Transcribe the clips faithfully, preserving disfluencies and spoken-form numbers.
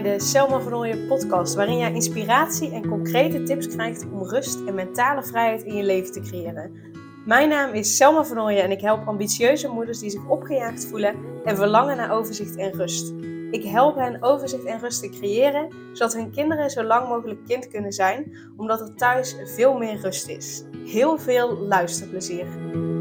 de Selma van Ooyen podcast, waarin jij inspiratie en concrete tips krijgt om rust en mentale vrijheid in je leven te creëren. Mijn naam is Selma van Ooyen en ik help ambitieuze moeders die zich opgejaagd voelen en verlangen naar overzicht en rust. Ik help hen overzicht en rust te creëren, zodat hun kinderen zo lang mogelijk kind kunnen zijn, omdat er thuis veel meer rust is. Heel veel luisterplezier!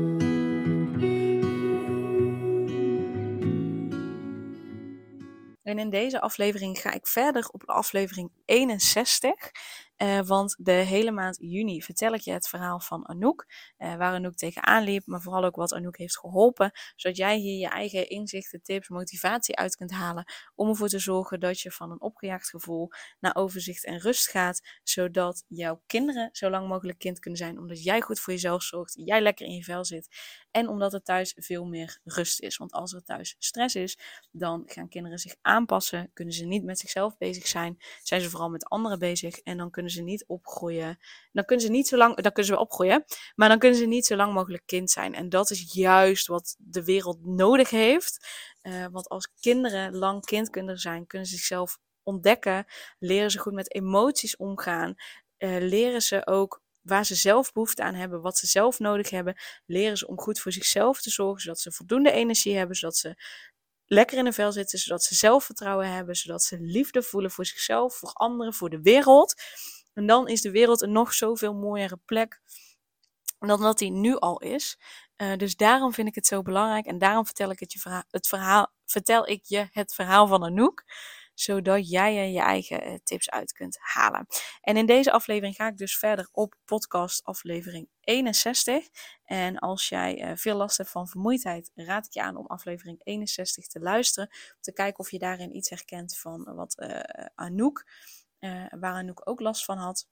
En in deze aflevering ga ik verder op aflevering eenenzestig. Uh, want de hele maand juni vertel ik je het verhaal van Anouk. Uh, waar Anouk tegenaan liep, maar vooral ook wat Anouk heeft geholpen. Zodat jij hier je eigen inzichten, tips, motivatie uit kunt halen. Om ervoor te zorgen dat je van een opgejaagd gevoel naar overzicht en rust gaat. Zodat jouw kinderen zo lang mogelijk kind kunnen zijn. Omdat jij goed voor jezelf zorgt, jij lekker in je vel zit. En omdat er thuis veel meer rust is. Want als er thuis stress is, dan gaan kinderen zich aanpassen. Kunnen ze niet met zichzelf bezig zijn. Zijn ze vooral met anderen bezig. En dan kunnen ze niet opgroeien. Dan kunnen ze niet zo lang, dan kunnen ze wel opgroeien. Maar dan kunnen ze niet zo lang mogelijk kind zijn. En dat is juist wat de wereld nodig heeft. Uh, want als kinderen lang kind kunnen zijn, kunnen ze zichzelf ontdekken. Leren ze goed met emoties omgaan. Uh, leren ze ook waar ze zelf behoefte aan hebben, wat ze zelf nodig hebben. Leren ze om goed voor zichzelf te zorgen, zodat ze voldoende energie hebben, zodat ze lekker in hun vel zitten, zodat ze zelfvertrouwen hebben, zodat ze liefde voelen voor zichzelf, voor anderen, voor de wereld. En dan is de wereld een nog zoveel mooiere plek dan dat die nu al is. Uh, dus daarom vind ik het zo belangrijk en daarom vertel ik het je verhaal, het verhaal, vertel ik je het verhaal van Anouk. Zodat jij er je eigen uh, tips uit kunt halen. En in deze aflevering ga ik dus verder op podcast aflevering eenenzestig. En als jij uh, veel last hebt van vermoeidheid, raad ik je aan om aflevering eenenzestig te luisteren. Om te kijken of je daarin iets herkent van wat uh, Anouk, uh, waar Anouk ook last van had.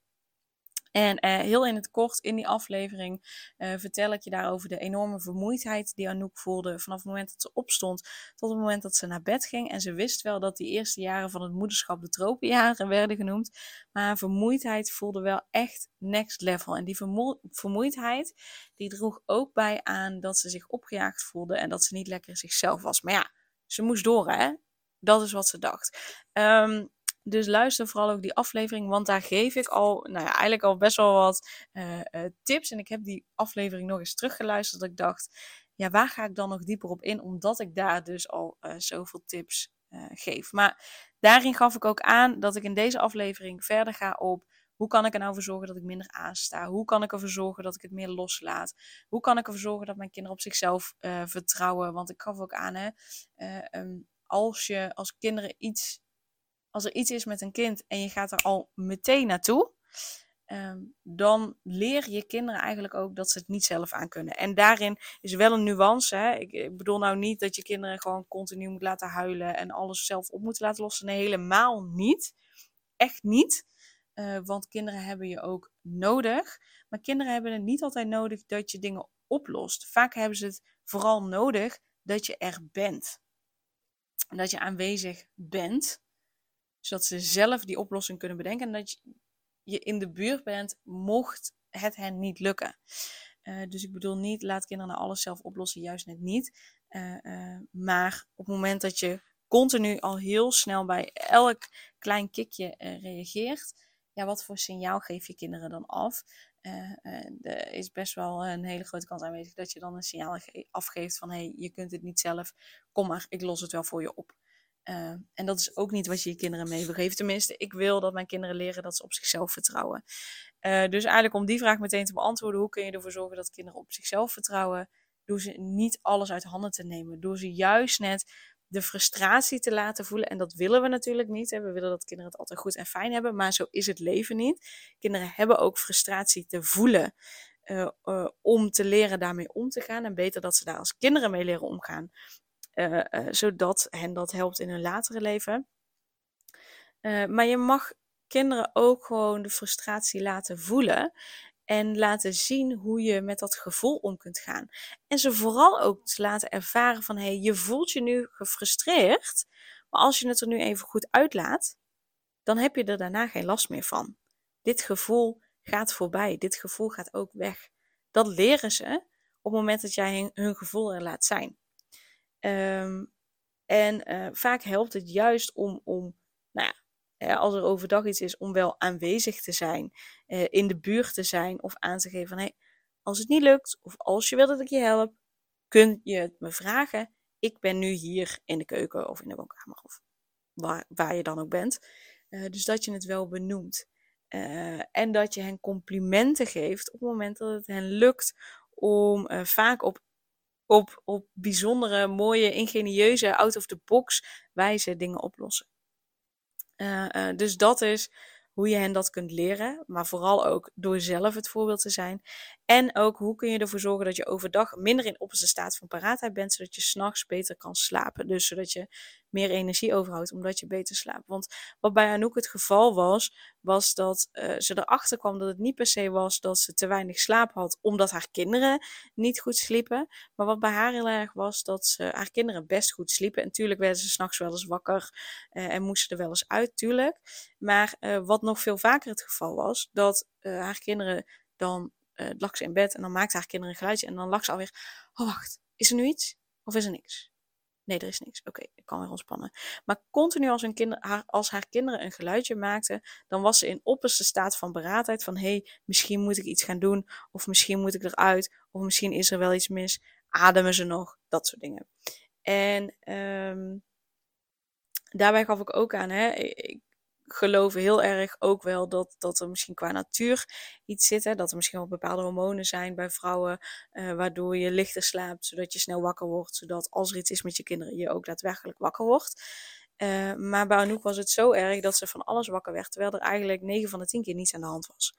En uh, heel in het kort in die aflevering uh, vertel ik je daarover de enorme vermoeidheid die Anouk voelde vanaf het moment dat ze opstond tot het moment dat ze naar bed ging. En ze wist wel dat die eerste jaren van het moederschap de tropenjaren werden genoemd. Maar haar vermoeidheid voelde wel echt next level. En die vermo- vermoeidheid die droeg ook bij aan dat ze zich opgejaagd voelde en dat ze niet lekker zichzelf was. Maar ja, ze moest door, hè? Dat is wat ze dacht. Um, Dus luister vooral ook die aflevering, want daar geef ik al, nou ja, eigenlijk al best wel wat uh, uh, tips. En ik heb die aflevering nog eens teruggeluisterd. Dat ik dacht, ja, waar ga ik dan nog dieper op in? Omdat ik daar dus al uh, zoveel tips uh, geef. Maar daarin gaf ik ook aan dat ik in deze aflevering verder ga op hoe kan ik er nou voor zorgen dat ik minder aansta? Hoe kan ik ervoor zorgen dat ik het meer loslaat? Hoe kan ik ervoor zorgen dat mijn kinderen op zichzelf uh, vertrouwen? Want ik gaf ook aan, hè, uh, um, als je als kinderen iets... Als er iets is met een kind en je gaat er al meteen naartoe, um, dan leer je kinderen eigenlijk ook dat ze het niet zelf aan kunnen. En daarin is wel een nuance. Hè? Ik, ik bedoel nou niet dat je kinderen gewoon continu moet laten huilen en alles zelf op moeten laten lossen. Nee, helemaal niet. Echt niet. Uh, want kinderen hebben je ook nodig. Maar kinderen hebben het niet altijd nodig dat je dingen oplost. Vaak hebben ze het vooral nodig dat je er bent. En dat je aanwezig bent. Zodat ze zelf die oplossing kunnen bedenken. En dat je in de buurt bent, mocht het hen niet lukken. Uh, dus ik bedoel niet, laat kinderen nou alles zelf oplossen. Juist net niet. Uh, uh, maar op het moment dat je continu al heel snel bij elk klein kikje uh, reageert. Ja, wat voor signaal geef je kinderen dan af? Uh, uh, er is best wel een hele grote kans aanwezig dat je dan een signaal ge- afgeeft van hé, hey, je kunt het niet zelf. Kom maar, ik los het wel voor je op. Uh, en dat is ook niet wat je je kinderen mee wil geven. Tenminste, ik wil dat mijn kinderen leren dat ze op zichzelf vertrouwen. Uh, dus eigenlijk om die vraag meteen te beantwoorden. Hoe kun je ervoor zorgen dat kinderen op zichzelf vertrouwen? Door ze niet alles uit handen te nemen. Door ze juist net de frustratie te laten voelen. En dat willen we natuurlijk niet. Hè. We willen dat kinderen het altijd goed en fijn hebben. Maar zo is het leven niet. Kinderen hebben ook frustratie te voelen. Uh, uh, om te leren daarmee om te gaan. En beter dat ze daar als kinderen mee leren omgaan. Uh, uh, zodat hen dat helpt in hun latere leven. Uh, maar je mag kinderen ook gewoon de frustratie laten voelen. En laten zien hoe je met dat gevoel om kunt gaan. En ze vooral ook te laten ervaren van hé, hey, je voelt je nu gefrustreerd. Maar als je het er nu even goed uitlaat, dan heb je er daarna geen last meer van. Dit gevoel gaat voorbij. Dit gevoel gaat ook weg. Dat leren ze op het moment dat jij hun gevoel er laat zijn. Um, en uh, vaak helpt het juist om, om nou ja, hè, als er overdag iets is, om wel aanwezig te zijn, uh, in de buurt te zijn of aan te geven van hey, als het niet lukt of als je wilt dat ik je help, kun je het me vragen. Ik ben nu hier in de keuken of in de woonkamer of waar, waar je dan ook bent. Uh, dus dat je het wel benoemt. Uh, en dat je hen complimenten geeft op het moment dat het hen lukt om uh, vaak op, op, op bijzondere, mooie, ingenieuze, out-of-the-box wijze dingen oplossen. Uh, uh, dus dat is hoe je hen dat kunt leren, maar vooral ook door zelf het voorbeeld te zijn. En ook hoe kun je ervoor zorgen dat je overdag minder in opperste staat van paraatheid bent, zodat je 's nachts beter kan slapen. Dus zodat je meer energie overhoudt, omdat je beter slaapt. Want wat bij Anouk het geval was, was dat uh, ze erachter kwam dat het niet per se was dat ze te weinig slaap had, omdat haar kinderen niet goed sliepen. Maar wat bij haar heel erg was, dat ze, haar kinderen best goed sliepen. En natuurlijk werden ze 's nachts wel eens wakker uh, en moesten er wel eens uit, tuurlijk. Maar uh, wat nog veel vaker het geval was, dat uh, haar kinderen dan uh, lag ze in bed en dan maakte haar kinderen een geluidje en dan lag ze alweer, oh wacht, is er nu iets? Of is er niks? Nee, er is niks. Oké, okay, ik kan weer ontspannen. Maar continu als, een kinder, haar, als haar kinderen een geluidje maakten, dan was ze in opperste staat van beraadheid van hé, hey, misschien moet ik iets gaan doen, of misschien moet ik eruit, of misschien is er wel iets mis, ademen ze nog, dat soort dingen. En um, daarbij gaf ik ook aan, hè, ik geloof heel erg ook wel dat, dat er misschien qua natuur iets zit. Hè? Dat er misschien wel bepaalde hormonen zijn bij vrouwen, uh, waardoor je lichter slaapt, zodat je snel wakker wordt. Zodat als er iets is met je kinderen, je ook daadwerkelijk wakker wordt. Uh, maar bij Anouk was het zo erg dat ze van alles wakker werd, terwijl er eigenlijk negen van de tien keer niets aan de hand was.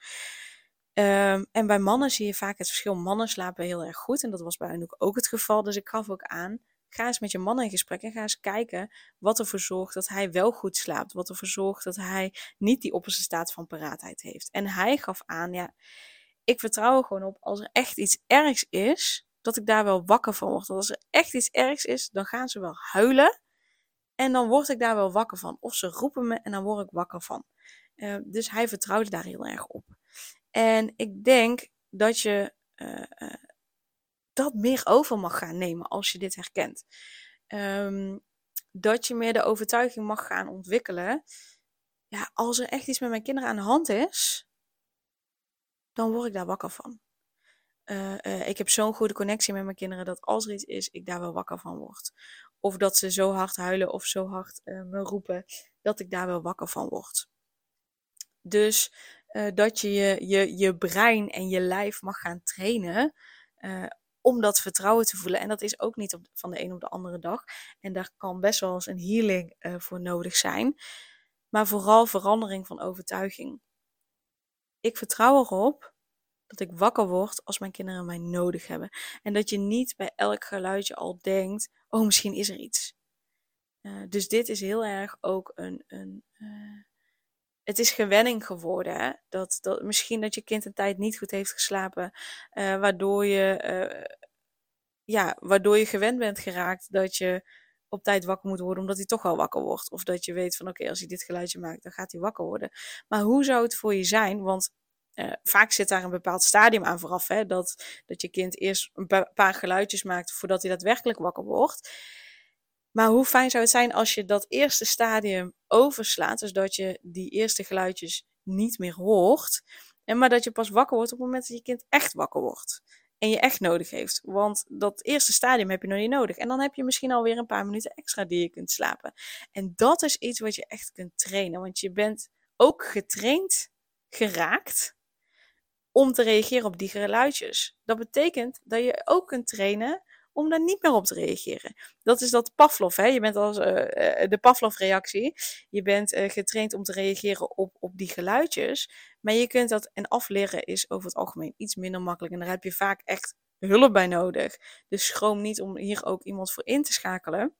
Um, en bij mannen zie je vaak het verschil. Mannen slapen heel erg goed en dat was bij Anouk ook het geval. Dus ik gaf ook aan, ga eens met je man in gesprek en ga eens kijken wat ervoor zorgt dat hij wel goed slaapt. Wat ervoor zorgt dat hij niet die opperste staat van paraatheid heeft. En hij gaf aan, ja, ik vertrouw er gewoon op als er echt iets ergs is, dat ik daar wel wakker van word. Want als er echt iets ergs is, dan gaan ze wel huilen. En dan word ik daar wel wakker van. Of ze roepen me en dan word ik wakker van. Uh, dus hij vertrouwde daar heel erg op. En ik denk dat je uh, uh, dat meer over mag gaan nemen als je dit herkent. Um, dat je meer de overtuiging mag gaan ontwikkelen. Ja, als er echt iets met mijn kinderen aan de hand is, dan word ik daar wakker van. Uh, uh, ik heb zo'n goede connectie met mijn kinderen dat als er iets is, ik daar wel wakker van word. Of dat ze zo hard huilen of zo hard uh, me roepen, dat ik daar wel wakker van word. Dus uh, dat je je, je je brein en je lijf mag gaan trainen uh, om dat vertrouwen te voelen. En dat is ook niet op, van de een op de andere dag. En daar kan best wel eens een healing uh, voor nodig zijn. Maar vooral verandering van overtuiging. Ik vertrouw erop dat ik wakker word als mijn kinderen mij nodig hebben. En dat je niet bij elk geluidje al denkt, oh misschien is er iets. Uh, dus dit is heel erg ook een... een uh, Het is gewenning geworden. Hè? Dat, dat, misschien dat je kind een tijd niet goed heeft geslapen. Uh, waardoor, je, uh, ja, waardoor je gewend bent geraakt dat je op tijd wakker moet worden. Omdat hij toch wel wakker wordt. Of dat je weet van oké, okay, als hij dit geluidje maakt, dan gaat hij wakker worden. Maar hoe zou het voor je zijn? Want uh, vaak zit daar een bepaald stadium aan vooraf. Hè? Dat, dat je kind eerst een pa- paar geluidjes maakt voordat hij daadwerkelijk wakker wordt. Maar hoe fijn zou het zijn als je dat eerste stadium overslaat. Dus dat je die eerste geluidjes niet meer hoort. En maar dat je pas wakker wordt op het moment dat je kind echt wakker wordt. En je echt nodig heeft. Want dat eerste stadium heb je nog niet nodig. En dan heb je misschien alweer een paar minuten extra die je kunt slapen. En dat is iets wat je echt kunt trainen. Want je bent ook getraind geraakt om te reageren op die geluidjes. Dat betekent dat je ook kunt trainen om daar niet meer op te reageren. Dat is dat Pavlov, hè? Je bent als uh, de Pavlov-reactie. Je bent uh, getraind om te reageren op, op die geluidjes. Maar je kunt dat, en afleren is over het algemeen iets minder makkelijk. En daar heb je vaak echt hulp bij nodig. Dus schroom niet om hier ook iemand voor in te schakelen.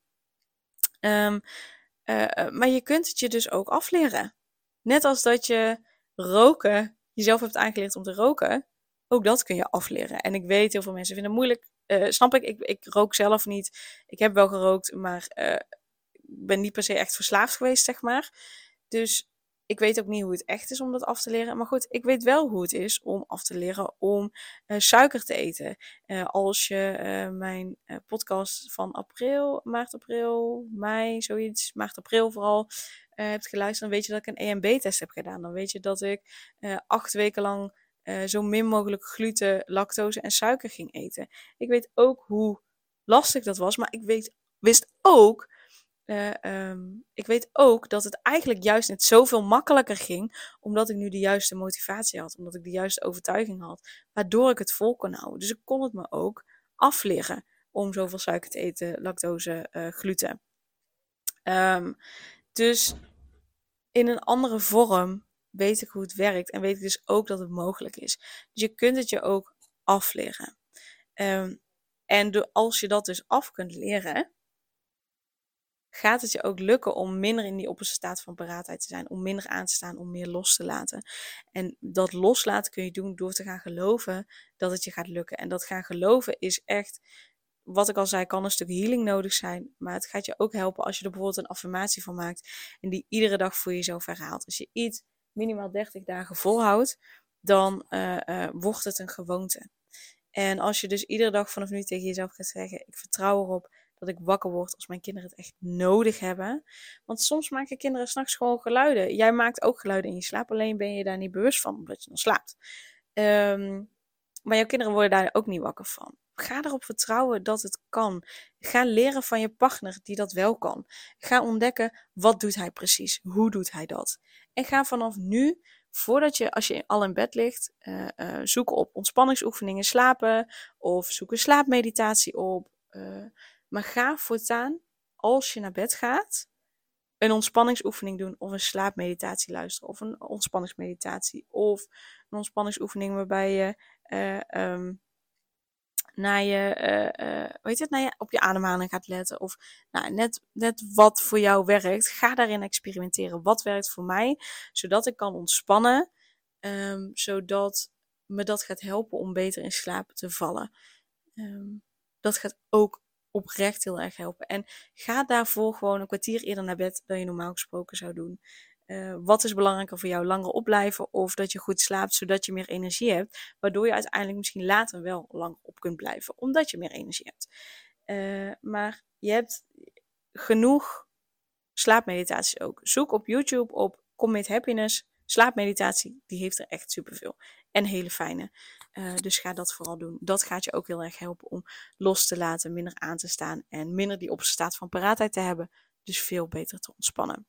Um, uh, maar je kunt het je dus ook afleren. Net als dat je roken, jezelf hebt aangeleerd om te roken. Ook dat kun je afleren. En ik weet, heel veel mensen vinden het moeilijk. Uh, snap ik, ik, ik rook zelf niet. Ik heb wel gerookt, maar uh, ik ben niet per se echt verslaafd geweest, zeg maar. Dus ik weet ook niet hoe het echt is om dat af te leren. Maar goed, ik weet wel hoe het is om af te leren om uh, suiker te eten. Uh, als je uh, mijn uh, podcast van april, maart, april, mei, zoiets, maart, april vooral, uh, hebt geluisterd, dan weet je dat ik een E M B-test heb gedaan. Dan weet je dat ik uh, acht weken lang uh, zo min mogelijk gluten, lactose en suiker ging eten. Ik weet ook hoe lastig dat was, maar ik weet, wist ook... Uh, um, ik weet ook dat het eigenlijk juist net zoveel makkelijker ging, omdat ik nu de juiste motivatie had, omdat ik de juiste overtuiging had, waardoor ik het vol kon houden. Dus ik kon het me ook afleren om zoveel suiker te eten, lactose, uh, gluten. Um, dus in een andere vorm weet ik hoe het werkt en weet ik dus ook dat het mogelijk is. Dus je kunt het je ook afleren. Um, en de, als je dat dus af kunt leren, gaat het je ook lukken om minder in die opperste staat van paraatheid te zijn. Om minder aan te staan, om meer los te laten. En dat loslaten kun je doen door te gaan geloven dat het je gaat lukken. En dat gaan geloven is echt, wat ik al zei, kan een stuk healing nodig zijn. Maar het gaat je ook helpen als je er bijvoorbeeld een affirmatie van maakt. En die iedere dag voor jezelf herhaalt. Als je iets minimaal dertig dagen volhoudt, dan uh, uh, wordt het een gewoonte. En als je dus iedere dag vanaf nu tegen jezelf gaat zeggen, ik vertrouw erop dat ik wakker word als mijn kinderen het echt nodig hebben. Want soms maken kinderen 's nachts gewoon geluiden. Jij maakt ook geluiden in je slaap, alleen ben je daar niet bewust van, omdat je dan slaapt. Um, maar jouw kinderen worden daar ook niet wakker van. Ga erop vertrouwen dat het kan. Ga leren van je partner die dat wel kan. Ga ontdekken, wat doet hij precies? Hoe doet hij dat? En ga vanaf nu, voordat je, als je al in bed ligt, uh, uh, zoek op ontspanningsoefeningen slapen. Of zoek een slaapmeditatie op. Uh, maar ga voortaan, als je naar bed gaat, een ontspanningsoefening doen of een slaapmeditatie luisteren of een ontspanningsmeditatie of een ontspanningsoefening waarbij je uh, um, naar je, uh, uh, hoe heet het, naar je, op je ademhaling gaat letten of nou, net, net wat voor jou werkt. Ga daarin experimenteren. Wat werkt voor mij, zodat ik kan ontspannen, um, zodat me dat gaat helpen om beter in slaap te vallen. Um, dat gaat ook oprecht heel erg helpen. En ga daarvoor gewoon een kwartier eerder naar bed dan je normaal gesproken zou doen. Uh, wat is belangrijker voor jou? Langer opblijven of dat je goed slaapt, zodat je meer energie hebt. Waardoor je uiteindelijk misschien later wel lang op kunt blijven, omdat je meer energie hebt. Uh, maar je hebt genoeg slaapmeditaties ook. Zoek op YouTube op Commit Happiness. Slaapmeditatie, die heeft er echt superveel. En hele fijne. Uh, dus ga dat vooral doen. Dat gaat je ook heel erg helpen om los te laten, minder aan te staan en minder die opperste staat van paraatheid te hebben. Dus veel beter te ontspannen.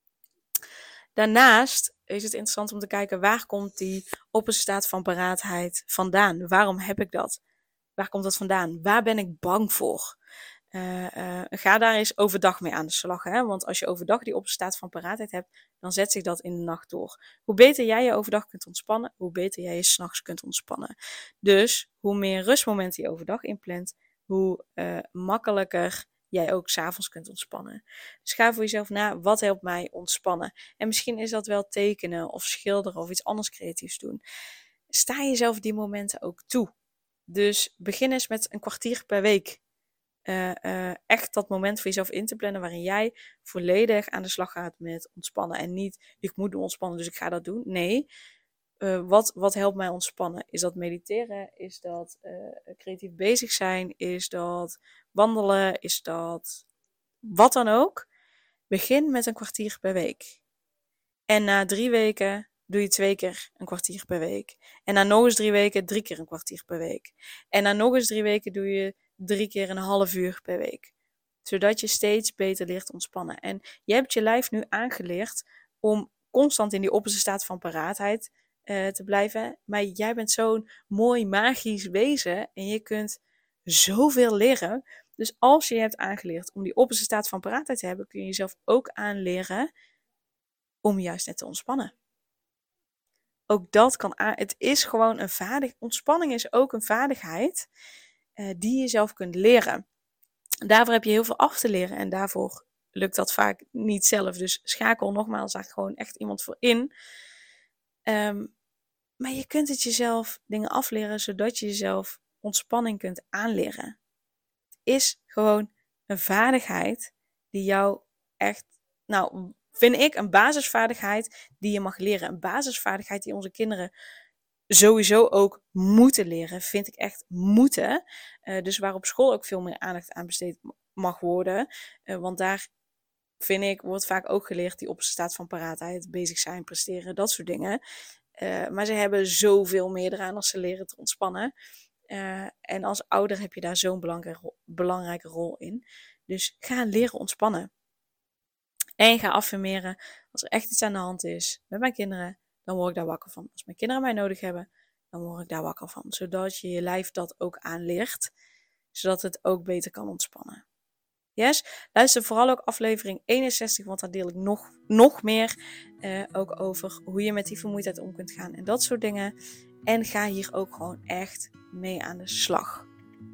Daarnaast is het interessant om te kijken, waar komt die opperste staat van paraatheid vandaan? Waarom heb ik dat? Waar komt dat vandaan? Waar ben ik bang voor? Uh, uh, ga daar eens overdag mee aan de slag. Hè? Want als je overdag die opperste staat van paraatheid hebt, dan zet zich dat in de nacht door. Hoe beter jij je overdag kunt ontspannen, hoe beter jij je 's nachts kunt ontspannen. Dus hoe meer rustmomenten je overdag inplant, hoe uh, makkelijker jij ook 's avonds kunt ontspannen. Dus ga voor jezelf na, wat helpt mij ontspannen? En misschien is dat wel tekenen of schilderen of iets anders creatiefs doen. Sta jezelf die momenten ook toe. Dus begin eens met een kwartier per week. Uh, uh, echt dat moment voor jezelf in te plannen waarin jij volledig aan de slag gaat met ontspannen. En niet, ik moet ontspannen, dus ik ga dat doen. Nee, uh, wat, wat helpt mij ontspannen? Is dat mediteren? Is dat uh, creatief bezig zijn? Is dat wandelen? Is dat wat dan ook? Begin met een kwartier per week. En na drie weken doe je twee keer een kwartier per week. En na nog eens drie weken drie keer een kwartier per week. En na nog eens drie weken doe je drie keer een half uur per week. Zodat je steeds beter leert ontspannen. En je hebt je lijf nu aangeleerd om constant in die opperste staat van paraatheid uh, te blijven. Maar jij bent zo'n mooi magisch wezen en je kunt zoveel leren. Dus als je je hebt aangeleerd om die opperste staat van paraatheid te hebben, kun je jezelf ook aanleren om juist net te ontspannen. Ook dat kan aan. Het is gewoon een vaardigheid. Ontspanning is ook een vaardigheid uh, die je zelf kunt leren. Daarvoor heb je heel veel af te leren en daarvoor lukt dat vaak niet zelf. Dus schakel nogmaals daar gewoon echt iemand voor in. Um, maar je kunt het jezelf dingen afleren zodat je jezelf ontspanning kunt aanleren. Het is gewoon een vaardigheid die jou echt, nou, vind ik een basisvaardigheid die je mag leren. Een basisvaardigheid die onze kinderen sowieso ook moeten leren. Vind ik echt moeten. Uh, dus waar op school ook veel meer aandacht aan besteed mag worden. Uh, want daar vind ik, wordt vaak ook geleerd die opperste staat van paraatheid, bezig zijn, presteren, dat soort dingen. Uh, maar ze hebben zoveel meer eraan als ze leren te ontspannen. Uh, en als ouder heb je daar zo'n belangrijke, belangrijke rol in. Dus ga leren ontspannen. En ga affirmeren, als er echt iets aan de hand is met mijn kinderen, dan word ik daar wakker van. Als mijn kinderen mij nodig hebben, dan word ik daar wakker van. Zodat je je lijf dat ook aanleert, zodat het ook beter kan ontspannen. Yes? Luister vooral ook aflevering eenenzestig, want daar deel ik nog, nog meer uh, ook over hoe je met die vermoeidheid om kunt gaan en dat soort dingen. En ga hier ook gewoon echt mee aan de slag.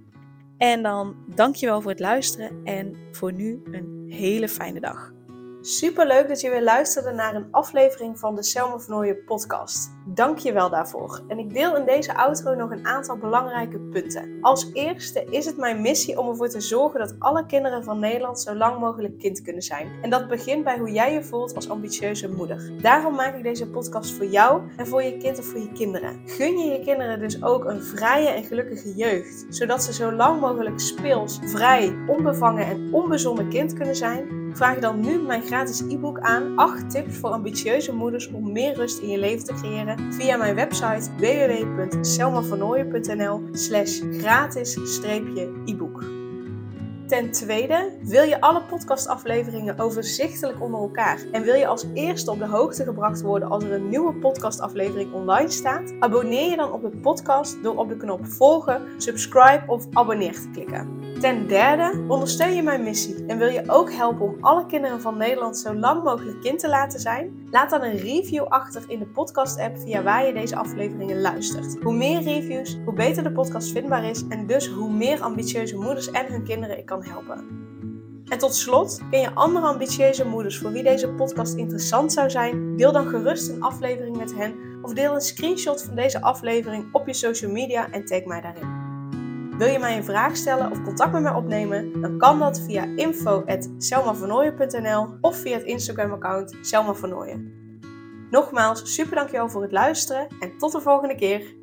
En dan dankjewel voor het luisteren en voor nu een hele fijne dag. Super leuk dat je weer luisterde naar een aflevering van de Selma van Nooijen podcast. Dank je wel daarvoor. En ik deel in deze outro nog een aantal belangrijke punten. Als eerste is het mijn missie om ervoor te zorgen dat alle kinderen van Nederland zo lang mogelijk kind kunnen zijn. En dat begint bij hoe jij je voelt als ambitieuze moeder. Daarom maak ik deze podcast voor jou en voor je kind of voor je kinderen. Gun je je kinderen dus ook een vrije en gelukkige jeugd, zodat ze zo lang mogelijk speels, vrij, onbevangen en onbezonnen kind kunnen zijn. Vraag dan nu mijn gratis e-book aan, acht tips voor ambitieuze moeders om meer rust in je leven te creëren, via mijn website w w w punt selmavernooijen punt n l slash gratis streepje e-book. Ten tweede, wil je alle podcastafleveringen overzichtelijk onder elkaar en wil je als eerste op de hoogte gebracht worden als er een nieuwe podcastaflevering online staat? Abonneer je dan op de podcast door op de knop volgen, subscribe of abonneer te klikken. Ten derde, ondersteun je mijn missie en wil je ook helpen om alle kinderen van Nederland zo lang mogelijk kind te laten zijn? Laat dan een review achter in de podcast-app via waar je deze afleveringen luistert. Hoe meer reviews, hoe beter de podcast vindbaar is en dus hoe meer ambitieuze moeders en hun kinderen ik kan helpen. En tot slot, ken je andere ambitieuze moeders voor wie deze podcast interessant zou zijn? Deel dan gerust een aflevering met hen of deel een screenshot van deze aflevering op je social media en tag mij daarin. Wil je mij een vraag stellen of contact met mij opnemen? Dan kan dat via info at selmavernooijen punt n l of via het Instagram account Selma Vernooijen. Nogmaals, super dankjewel voor het luisteren en tot de volgende keer.